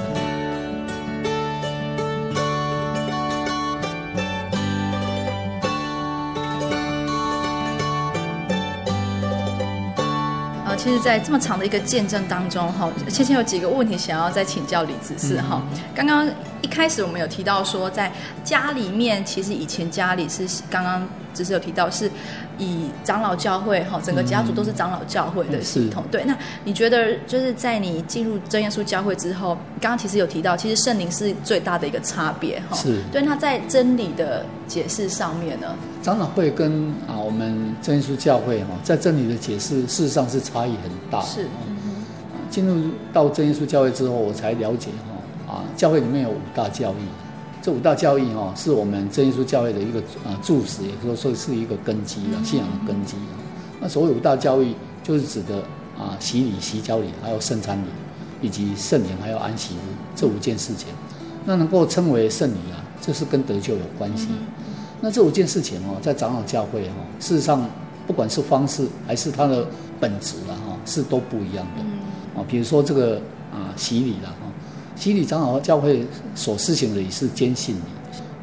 其实在这么长的一个见证当中哈，芊芊有几个问题想要再请教李执事哈。刚刚一开始我们有提到说，在家里面，其实以前家里是刚刚执事有提到是以长老教会哈，整个家族都是长老教会的系统。嗯、对，那你觉得就是在你进入真耶稣教会之后，刚刚其实有提到，其实圣灵是最大的一个差别哈。是。对，那在真理的解释上面呢？ 长老会跟啊我们真耶稣教会哈，在真理的解释事实上是差异很大。是。嗯、进入到真耶稣教会之后，我才了解哈啊，教会里面有五大教义。这五大教义哈，是我们真耶稣教会的一个啊柱石，也可以说是一个根基了，信仰的根基。那所谓五大教义，就是指的啊洗礼、洗脚礼，还有圣餐礼，以及圣灵，还有安息日这五件事情。那能够称为圣礼啊，这是跟得救有关系。那这五件事情哦，在长老教会哈，事实上不管是方式还是它的本质啊哈，是都不一样的。啊，比如说这个啊洗礼啦哈。洗礼长老教会所施行的也是坚信礼，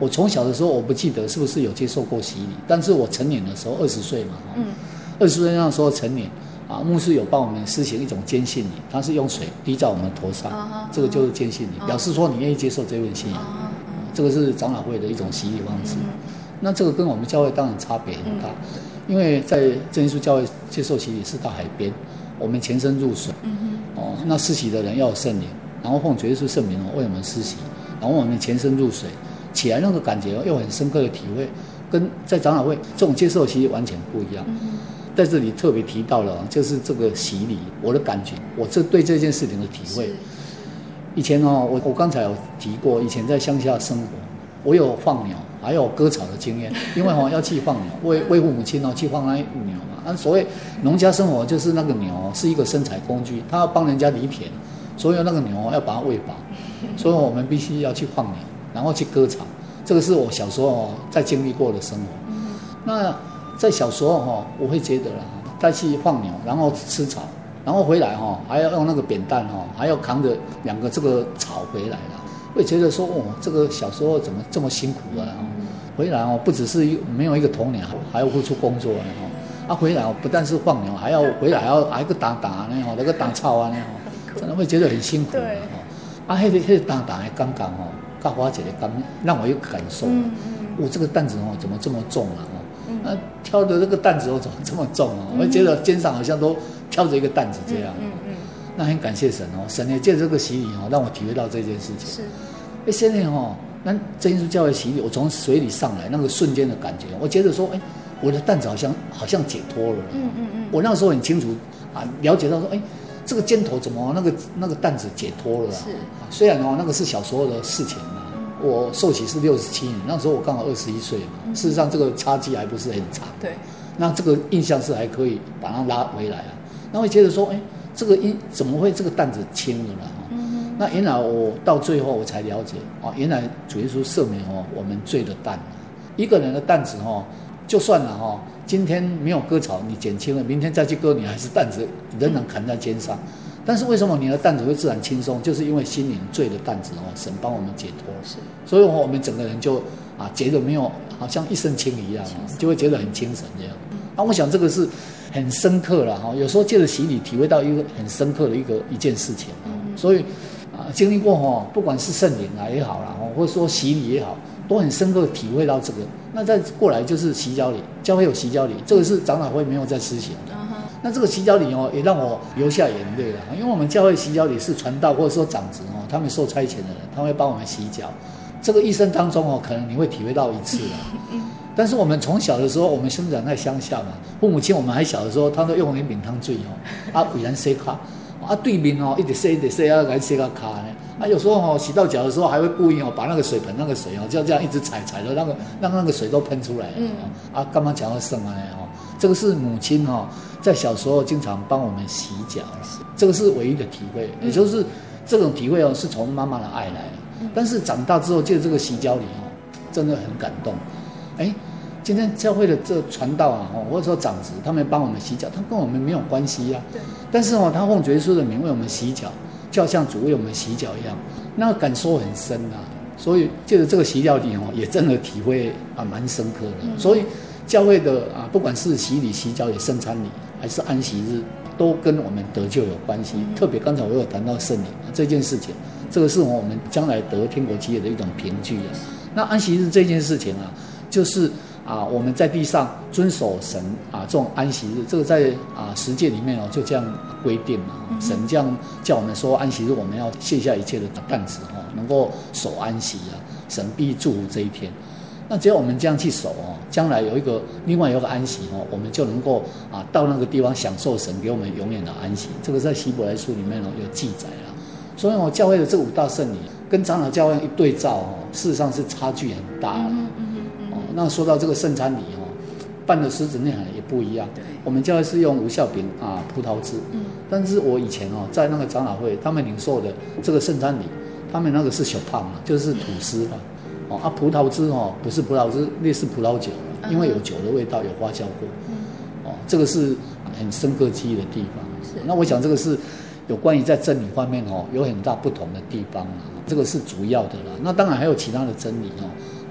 我从小的时候我不记得是不是有接受过洗礼，但是我成年的时候二十岁嘛，嗯，二十岁那时候成年啊，牧师有帮我们施行一种坚信礼，他是用水滴在我们头上，啊、这个就是坚信礼，啊、表示说你愿意接受这份信仰，啊、这个是长老会的一种洗礼方式。嗯、那这个跟我们教会当然差别很大，嗯、因为在真耶稣教会接受洗礼是到海边，我们全身入水，嗯、哦，那施洗的人要有圣灵，然后奉主耶稣圣名哦为我们施洗，然后我们全身入水。起来那个感觉又很深刻的体会，跟在长老会这种接受洗礼完全不一样。嗯、在这里特别提到了，就是这个洗礼，我的感觉，我这对这件事情的体会。以前哦，我我刚才有提过，以前在乡下生活，我有放牛，还有割草的经验。因为哦要去放牛，为为父母亲哦去放那牛嘛。啊，所谓农家生活就是那个牛是一个生产工具，他要帮人家犁田，所以那个牛要把它喂饱，所以我们必须要去放牛。然后去割草，这个是我小时候在经历过的生活。嗯、那在小时候哈，我会觉得啦，带去放牛，然后吃草，然后回来哈，还要用那个扁担哈，还要扛着两个这个草回来啦，会觉得说哦，这个小时候怎么这么辛苦啊？嗯、回来哦，不只是没有一个童年，还要付出工作呢哈。啊，回来哦，不但是放牛，还要回来还要还个打打呢哈，那个打草啊呢哈，真的会觉得很辛苦的哈。啊，那个那个打打的刚刚哈。大花姐的感让我有感受，嗯嗯，我、哦、这个担子哦怎么这么重啊？哦，嗯、啊挑的这个担子哦怎么这么重啊？嗯、我觉得肩上好像都挑着一个担子这样，嗯 嗯, 嗯，那很感谢神哦，神也借这个洗礼哦让我体会到这件事情。是，哎，现在哦，那真耶稣教会洗礼，我从水里上来那个瞬间的感觉，我觉得说，哎，我的担子好像好像解脱了，嗯嗯嗯，我那个时候很清楚啊，了解到说，哎。这个肩头怎么那个那个担子解脱了啊？是，虽然哦那个是小时候的事情啊，嗯、我受洗是六十七年，那时候我刚好二十一岁嘛，嗯、事实上这个差距还不是很长。对，那这个印象是还可以把它拉回来啊。那会觉得说，哎，这个印怎么会这个担子轻了呢？嗯、那原来我到最后我才了解哦，原来主耶稣赦免哦我们罪的担，一个人的担子哦，就算了哈、哦。今天没有割草，你减轻了，明天再去割，你还是担子仍然扛在肩上。但是为什么你的担子会自然轻松？就是因为心灵罪的担子哦，神帮我们解脱，是，所以我们整个人就啊觉得没有，好像一身轻一样啊，就会觉得很精神这样。啊，我想这个是很深刻了哈。有时候借着洗礼体会到一个很深刻的一个一件事情啊，所以啊经历过哈，不管是圣灵啊也好啦，或者说洗礼也好。都很深刻体会到这个，那再过来就是洗脚礼，教会有洗脚礼，这个是长老会没有在施行的。Uh-huh. 那这个洗脚礼哦，也让我流下眼泪了，因为我们教会洗脚礼是传道或者说长子哦，他们受差遣的人，他会帮我们洗脚。这个一生当中哦，可能你会体会到一次了。但是我们从小的时候，我们生长在乡下嘛，父母亲我们还小的时候，他都用那饼汤水哦，啊，伟然洗卡，啊，对面哦，一直洗一直洗啊，来洗个卡呢。啊，有时候哦，洗到脚的时候还会故意哦，把那个水盆那个水哦，就这样一直踩踩的，那个让那个水都喷出来了。嗯、啊，干嘛讲到圣啊？哦，这个是母亲哦，在小时候经常帮我们洗脚，这个是唯一的体会，也就是这种体会哦，是从妈妈的爱来的。嗯、但是长大之后，借这个洗脚礼哦，真的很感动。哎，今天教会的这传道啊，或者说长子，他们帮我们洗脚，他跟我们没有关系呀、啊。对。但是哦，他奉主耶稣的名为我们洗脚。就好像主为我们洗脚一样，那个感受很深啊，所以借着这个洗脚礼哦，也真的体会啊蛮深刻的。嗯、所以教会的啊，不管是洗礼、洗脚礼、圣餐礼，还是安息日，都跟我们得救有关系。嗯、特别刚才我有谈到圣灵、啊、这件事情，这个是我们将来得天国基业的一种凭据啊。那安息日这件事情啊，就是啊我们在地上遵守神啊这种安息日，这个在啊十诫里面哦就这样规定嘛。神这样叫我们说，安息日我们要卸下一切的担子哦，能够守安息啊，神必祝福这一天。那只要我们这样去守哦，将来有一个另外有一个安息哦，我们就能够啊到那个地方享受神给我们永远的安息。这个在希伯来书里面哦有记载啊。所以我教会的这五大圣礼跟长老教会一对照哦，事实上是差距很大的。嗯嗯嗯、哦，那说到这个圣餐礼哦，办的狮子内涵也不一样。我们教会是用无酵饼啊葡萄汁，嗯，但是我以前哦在那个长老会，他们领受的这个圣餐礼，他们那个是小胖嘛，就是吐司嘛，哦啊葡萄汁哦不是葡萄汁，类似葡萄酒，因为有酒的味道，有发酵过，嗯，哦这个是很深刻记忆的地方。是，那我想这个是有关于在真理方面哦有很大不同的地方啊，这个是主要的啦。那当然还有其他的真理哦，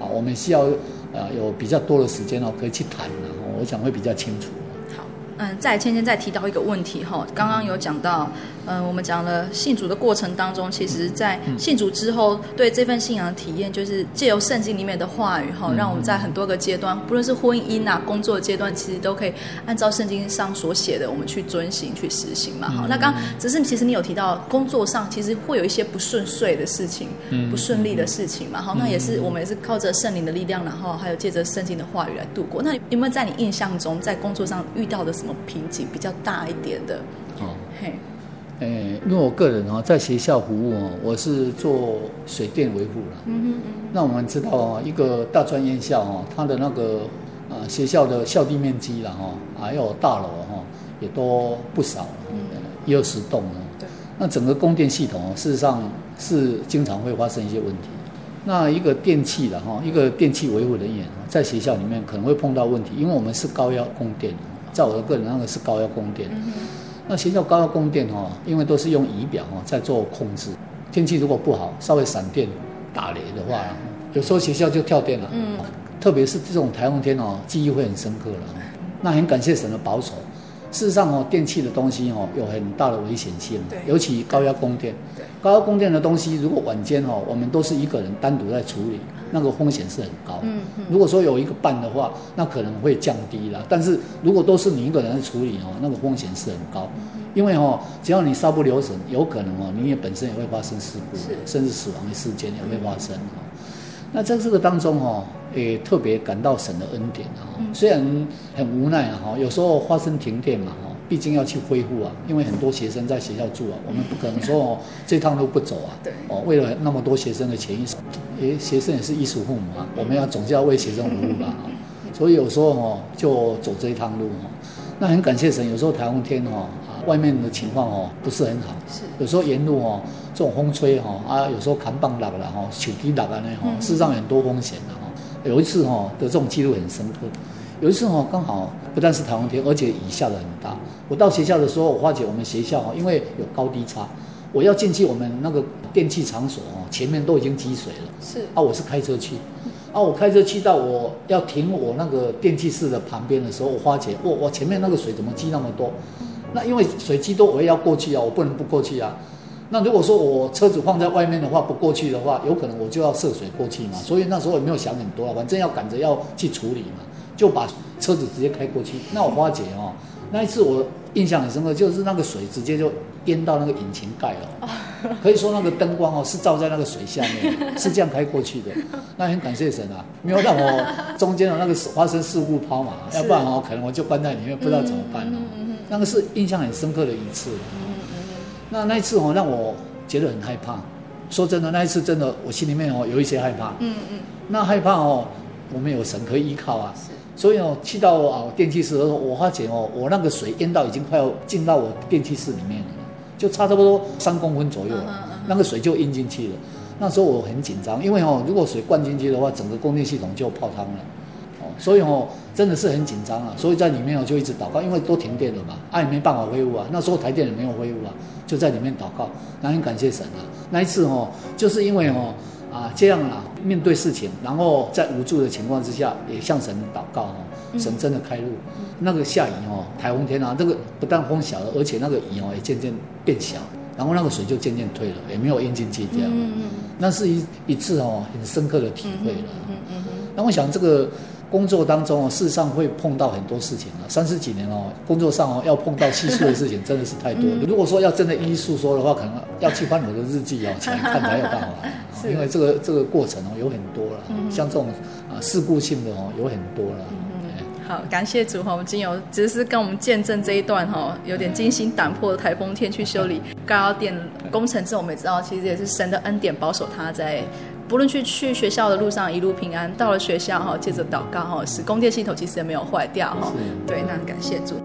啊，我们需要呃有比较多的时间哦，可以去谈的、哦，我想会比较清楚。 好，嗯，在芊芊再提到一个问题哈，刚刚有讲到，嗯，我们讲了信主的过程当中，其实在信主之后，对这份信仰的体验，就是借由圣经里面的话语哈，让我们在很多个阶段，不论是婚姻啊、工作的阶段，其实都可以按照圣经上所写的，我们去遵行、去实行嘛。好，那刚只是其实你有提到工作上其实会有一些不顺遂的事情、不顺利的事情嘛。好，那也是我们也是靠着圣灵的力量，然后还有借着圣经的话语来度过。那有没有在你印象中，在工作上遇到的什么瓶颈比较大一点的？ 哦， 嘿。 诶，因为我个人哦，在学校服务哦，我是做水电维护了。嗯嗯嗯。那我们知道哦，一个大专院校哦，它的那个呃学校的校地面积啦哈，还有大楼哈，也都不少了，嗯，一二十栋哦。对。那整个供电系统哦，事实上是经常会发生一些问题。那一个电器的哈，一个电器维护人员在学校里面可能会碰到问题，因为我们是高压供电，在我的个人那个是高压供电。嗯那学校高压供电哦，因为都是用仪表哦在做控制，天气如果不好，稍微闪电打雷的话，有时候学校就跳电了。嗯，特别是这种台风天哦，记忆会很深刻了。那很感谢神的保守。事实上哦，电器的东西哦有很大的危险性，尤其高压供电。高压供电的东西，如果晚间哦，我们都是一个人单独在处理，那个风险是很高。嗯嗯。如果说有一个伴的话，那可能会降低啦。但是如果都是你一个人在处理哦，那个风险是很高。因为哦，只要你稍不留神，有可能哦，你也本身也会发生事故，甚至死亡的事件也会发生哦。那在这个当中哦，也特别感到神的恩典啊。虽然很无奈啊，哈，有时候发生停电嘛，哈，毕竟要去恢复啊，因为很多学生在学校住啊，我们不可能说哦这趟路不走啊。对。哦，为了那么多学生的权益，诶，学生也是衣食父母啊，我们要总是要为学生服务吧。所以有时候哦，就走这一趟路哦。那很感谢神，有时候台风天哦，啊，外面的情况哦不是很好，是有时候沿路哦这种风吹哈啊，有时候扛棒落了哈，手机落啊那哈，事实上很多风险的哈。有一次哈的这种记录很深刻，有一次哈刚好不但是台风天，而且雨下得很大。我到学校的时候，我发觉我们学校哈因为有高低差，我要进去我们那个电器场所哦，前面都已经积水了。是啊，我是开车去。啊，我开车去到我要停我那个电器室的旁边的时候，我发觉，我我前面那个水怎么积那么多？那因为水积多，我也要过去啊，我不能不过去啊。那如果说我车子放在外面的话，不过去的话，有可能我就要涉水过去嘛。所以那时候也没有想很多啊，反正要赶着要去处理嘛，就把车子直接开过去。那我发觉哦，那一次我印象很深刻，就是那个水直接就淹到那个引擎盖了。可以说那个灯光哦是照在那个水下面，是这样开过去的。那很感谢神啊，没有让我中间的那个发生事故抛嘛，要不然哦可能我就关在里面不知道怎么办哦。那个是印象很深刻的一次。那那一次哦让我觉得很害怕。说真的，那一次真的我心里面哦有一些害怕。嗯嗯。那害怕哦，我们有神可以依靠啊。所以哦，去到啊电器室的时候，我发觉哦，我那个水淹到已经快要进到我电器室里面了。就差差不多三公分左右了，那个水就淹进去了。那时候我很紧张，因为哦，如果水灌进去的话，整个供电系统就泡汤了。哦，所以哦，真的是很紧张啊。所以在里面哦就一直祷告，因为都停电了嘛，啊也没办法恢复啊。那时候台电也没有恢复啊，就在里面祷告，那很感谢神啊。那一次哦，就是因为哦啊这样啊面对事情，然后在无助的情况之下，也向神祷告哦，神真的开路。嗯、那个下雨哦，台风天啊，这个不但风小了，而且那个雨哦也渐渐变小，然后那个水就渐渐退了，也没有淹进去这样。嗯嗯那是一一次哦很深刻的体会了。嗯嗯嗯那我想这个工作当中哦，事实上会碰到很多事情啊。三十几年哦，工作上哦要碰到细数的事情真的是太多了。嗯、如果说要真的一一诉说的话，可能要去翻我的日记哦起来看才有办法。因为这个这个过程哦有很多了，嗯、像这种啊事故性的哦有很多了。嗯好，感谢主哈，我们经由只是跟我们见证这一段哈，有点惊心胆魄的台风天去修理高压电工程之后，我们也知道其实也是神的恩典保守他在不论去去学校的路上一路平安，到了学校哈，接着祷告哈，使供电系统其实也没有坏掉哈。对，那感谢主。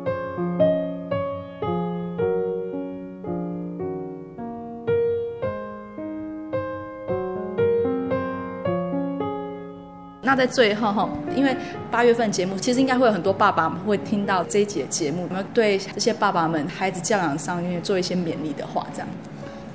那在最后哈，因为八月份节目，其实应该会有很多爸爸们会听到这一节节目，有没有对这些爸爸们孩子教养上面做一些勉励的话？这样。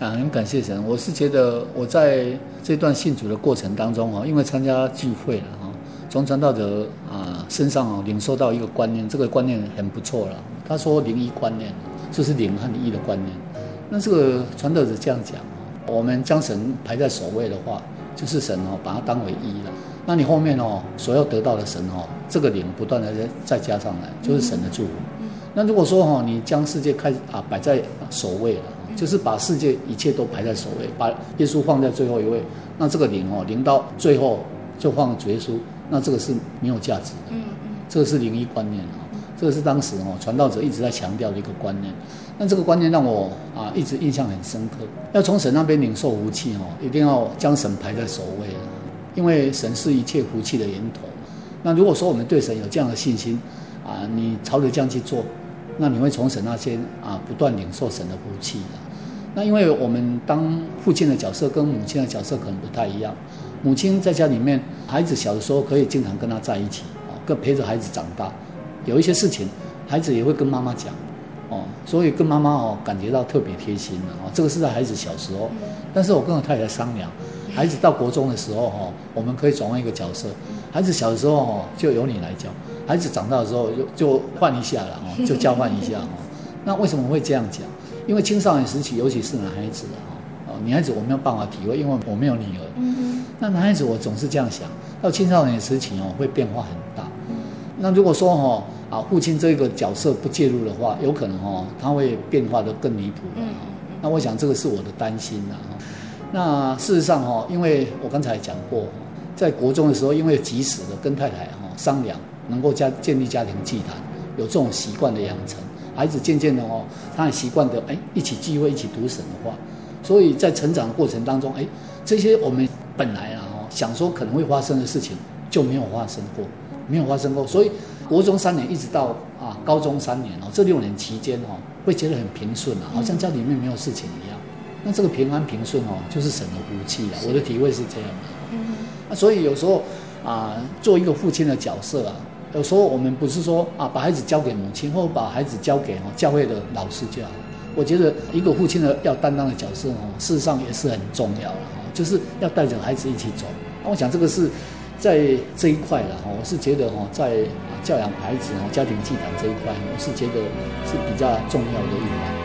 啊，很感谢神。我是觉得我在这段信主的过程当中哦，因为参加聚会了哈，从传道者啊身上哦领受到一个观念，这个观念很不错了。他说灵一观念，就是灵和一的观念。那这个传道者这样讲，我们将神排在首位的话，就是神哦把它当为一了。那你后面哦所要得到的神哦，这个灵不断的再加上来，就是神的祝福。嗯、那如果说哦你将世界开啊摆在首位了。就是把世界一切都排在首位，把耶稣放在最后一位。那这个灵哦，灵到最后就放主耶稣，那这个是没有价值的。嗯嗯，这个是灵一观念哦，这个是当时哦传道者一直在强调的一个观念。那这个观念让我啊一直印象很深刻。要从神那边领受福气哦，一定要将神排在首位啊，因为神是一切福气的源头。那如果说我们对神有这样的信心啊，你朝着这样去做。那你会从神那些啊不断领受神的福气的。那因为我们当父亲的角色跟母亲的角色可能不太一样，母亲在家里面，孩子小的时候可以经常跟他在一起啊，跟陪着孩子长大，有一些事情孩子也会跟妈妈讲哦，所以跟妈妈哦感觉到特别贴心了啊。这个是在孩子小时候，但是我跟我太太商量，孩子到国中的时候哈，我们可以转换一个角色，孩子小的时候哈就由你来教。孩子长大的时候就就换一下了哦，就交换一下哦。那为什么会这样讲？因为青少年时期，尤其是男孩子哦，女孩子我没有办法体会，因为我没有女儿。嗯、那男孩子我总是这样想，到青少年时期哦，会变化很大。嗯、那如果说哦啊，父亲这个角色不介入的话，有可能哦，他会变化得更离谱了。嗯、那我想这个是我的担心啦。那事实上哦，因为我刚才讲过，在国中的时候，因为及时的跟太太哦商量。能够家建立家庭祭坛，有这种习惯的养成，孩子渐渐的哦，他很习惯的哎一起聚会，一起读神的话，所以在成长的过程当中，哎，这些我们本来啊哦想说可能会发生的事情就没有发生过，没有发生过，所以国中三年一直到啊高中三年哦，这六年期间哦，会觉得很平顺啊，好像家里面没有事情一样。那这个平安平顺哦，就是神的福气啊，我的体会是这样的。嗯，那所以有时候啊，做一个父亲的角色啊。有时候我们不是说啊，把孩子交给母亲，或把孩子交给哦教会的老师就好。我觉得一个父亲的要担当的角色哦，事实上也是很重要的哈，就是要带着孩子一起走。那我想这个是在这一块了哈，我是觉得哈，在教养孩子哦、家庭祭坛这一块，我是觉得是比较重要的一环。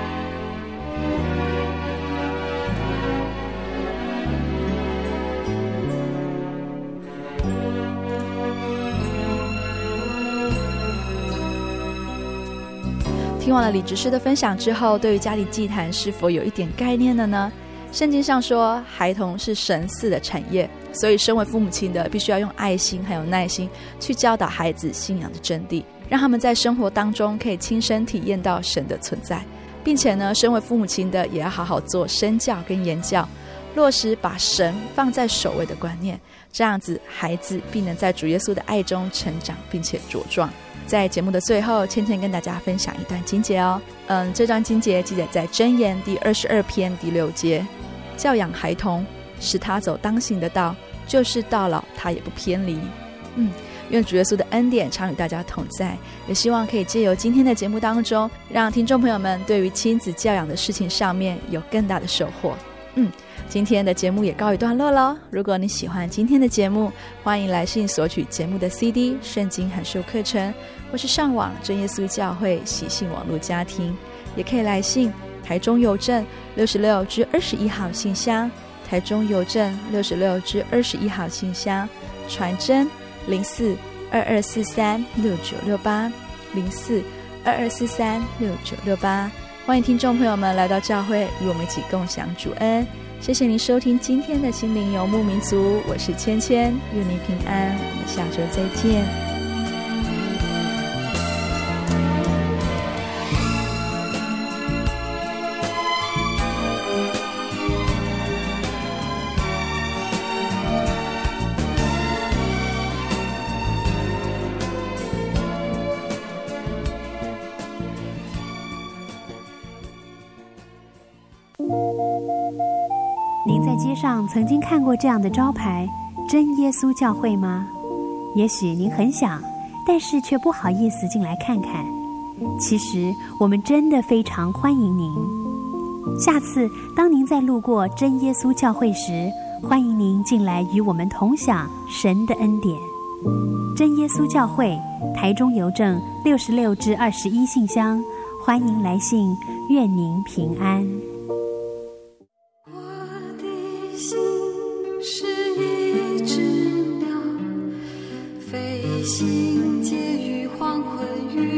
听完了李执事的分享之后，对于家庭祭坛是否有一点概念了呢？圣经上说，孩童是神赐的产业，所以身为父母亲的必须要用爱心还有耐心去教导孩子信仰的真谛，让他们在生活当中可以亲身体验到神的存在，并且呢，身为父母亲的也要好好做身教跟言教，落实把神放在首位的观念，这样子孩子必能在主耶稣的爱中成长并且茁壮。在节目的最后，芊芊跟大家分享一段经节哦。嗯，这段经节记载在箴言第二十二篇第六节，教养孩童，使他走当行的道，就是到老他也不偏离。嗯，愿主耶稣的恩典常与大家同在，也希望可以借由今天的节目当中，让听众朋友们对于亲子教养的事情上面有更大的收获。嗯，今天的节目也告一段落了。如果你喜欢今天的节目，欢迎来信索取节目的 C D、圣经函授课程，或是上网真耶稣教会喜信网络家庭，也可以来信台中邮政六十六至二十一号信箱，台中邮政六十六至二十一号信箱，传真零四二二四三六九六八零四二二四三六九六八。欢迎听众朋友们来到教会，与我们一起共享主恩。谢谢您收听今天的心灵游牧民族，我是芊芊，愿您平安，我们下周再见。 您在街上曾经看过这样的招牌“真耶稣教会”吗？也许您很想，但是却不好意思进来看看。其实我们真的非常欢迎您。 下次当您再路过真耶稣教会时，欢迎您进来与我们同享神的恩典。真耶稣教会，台中邮政六十六至二十一信箱，欢迎来信，愿您平安。 我的心是一只鸟，飞行介于黄昏与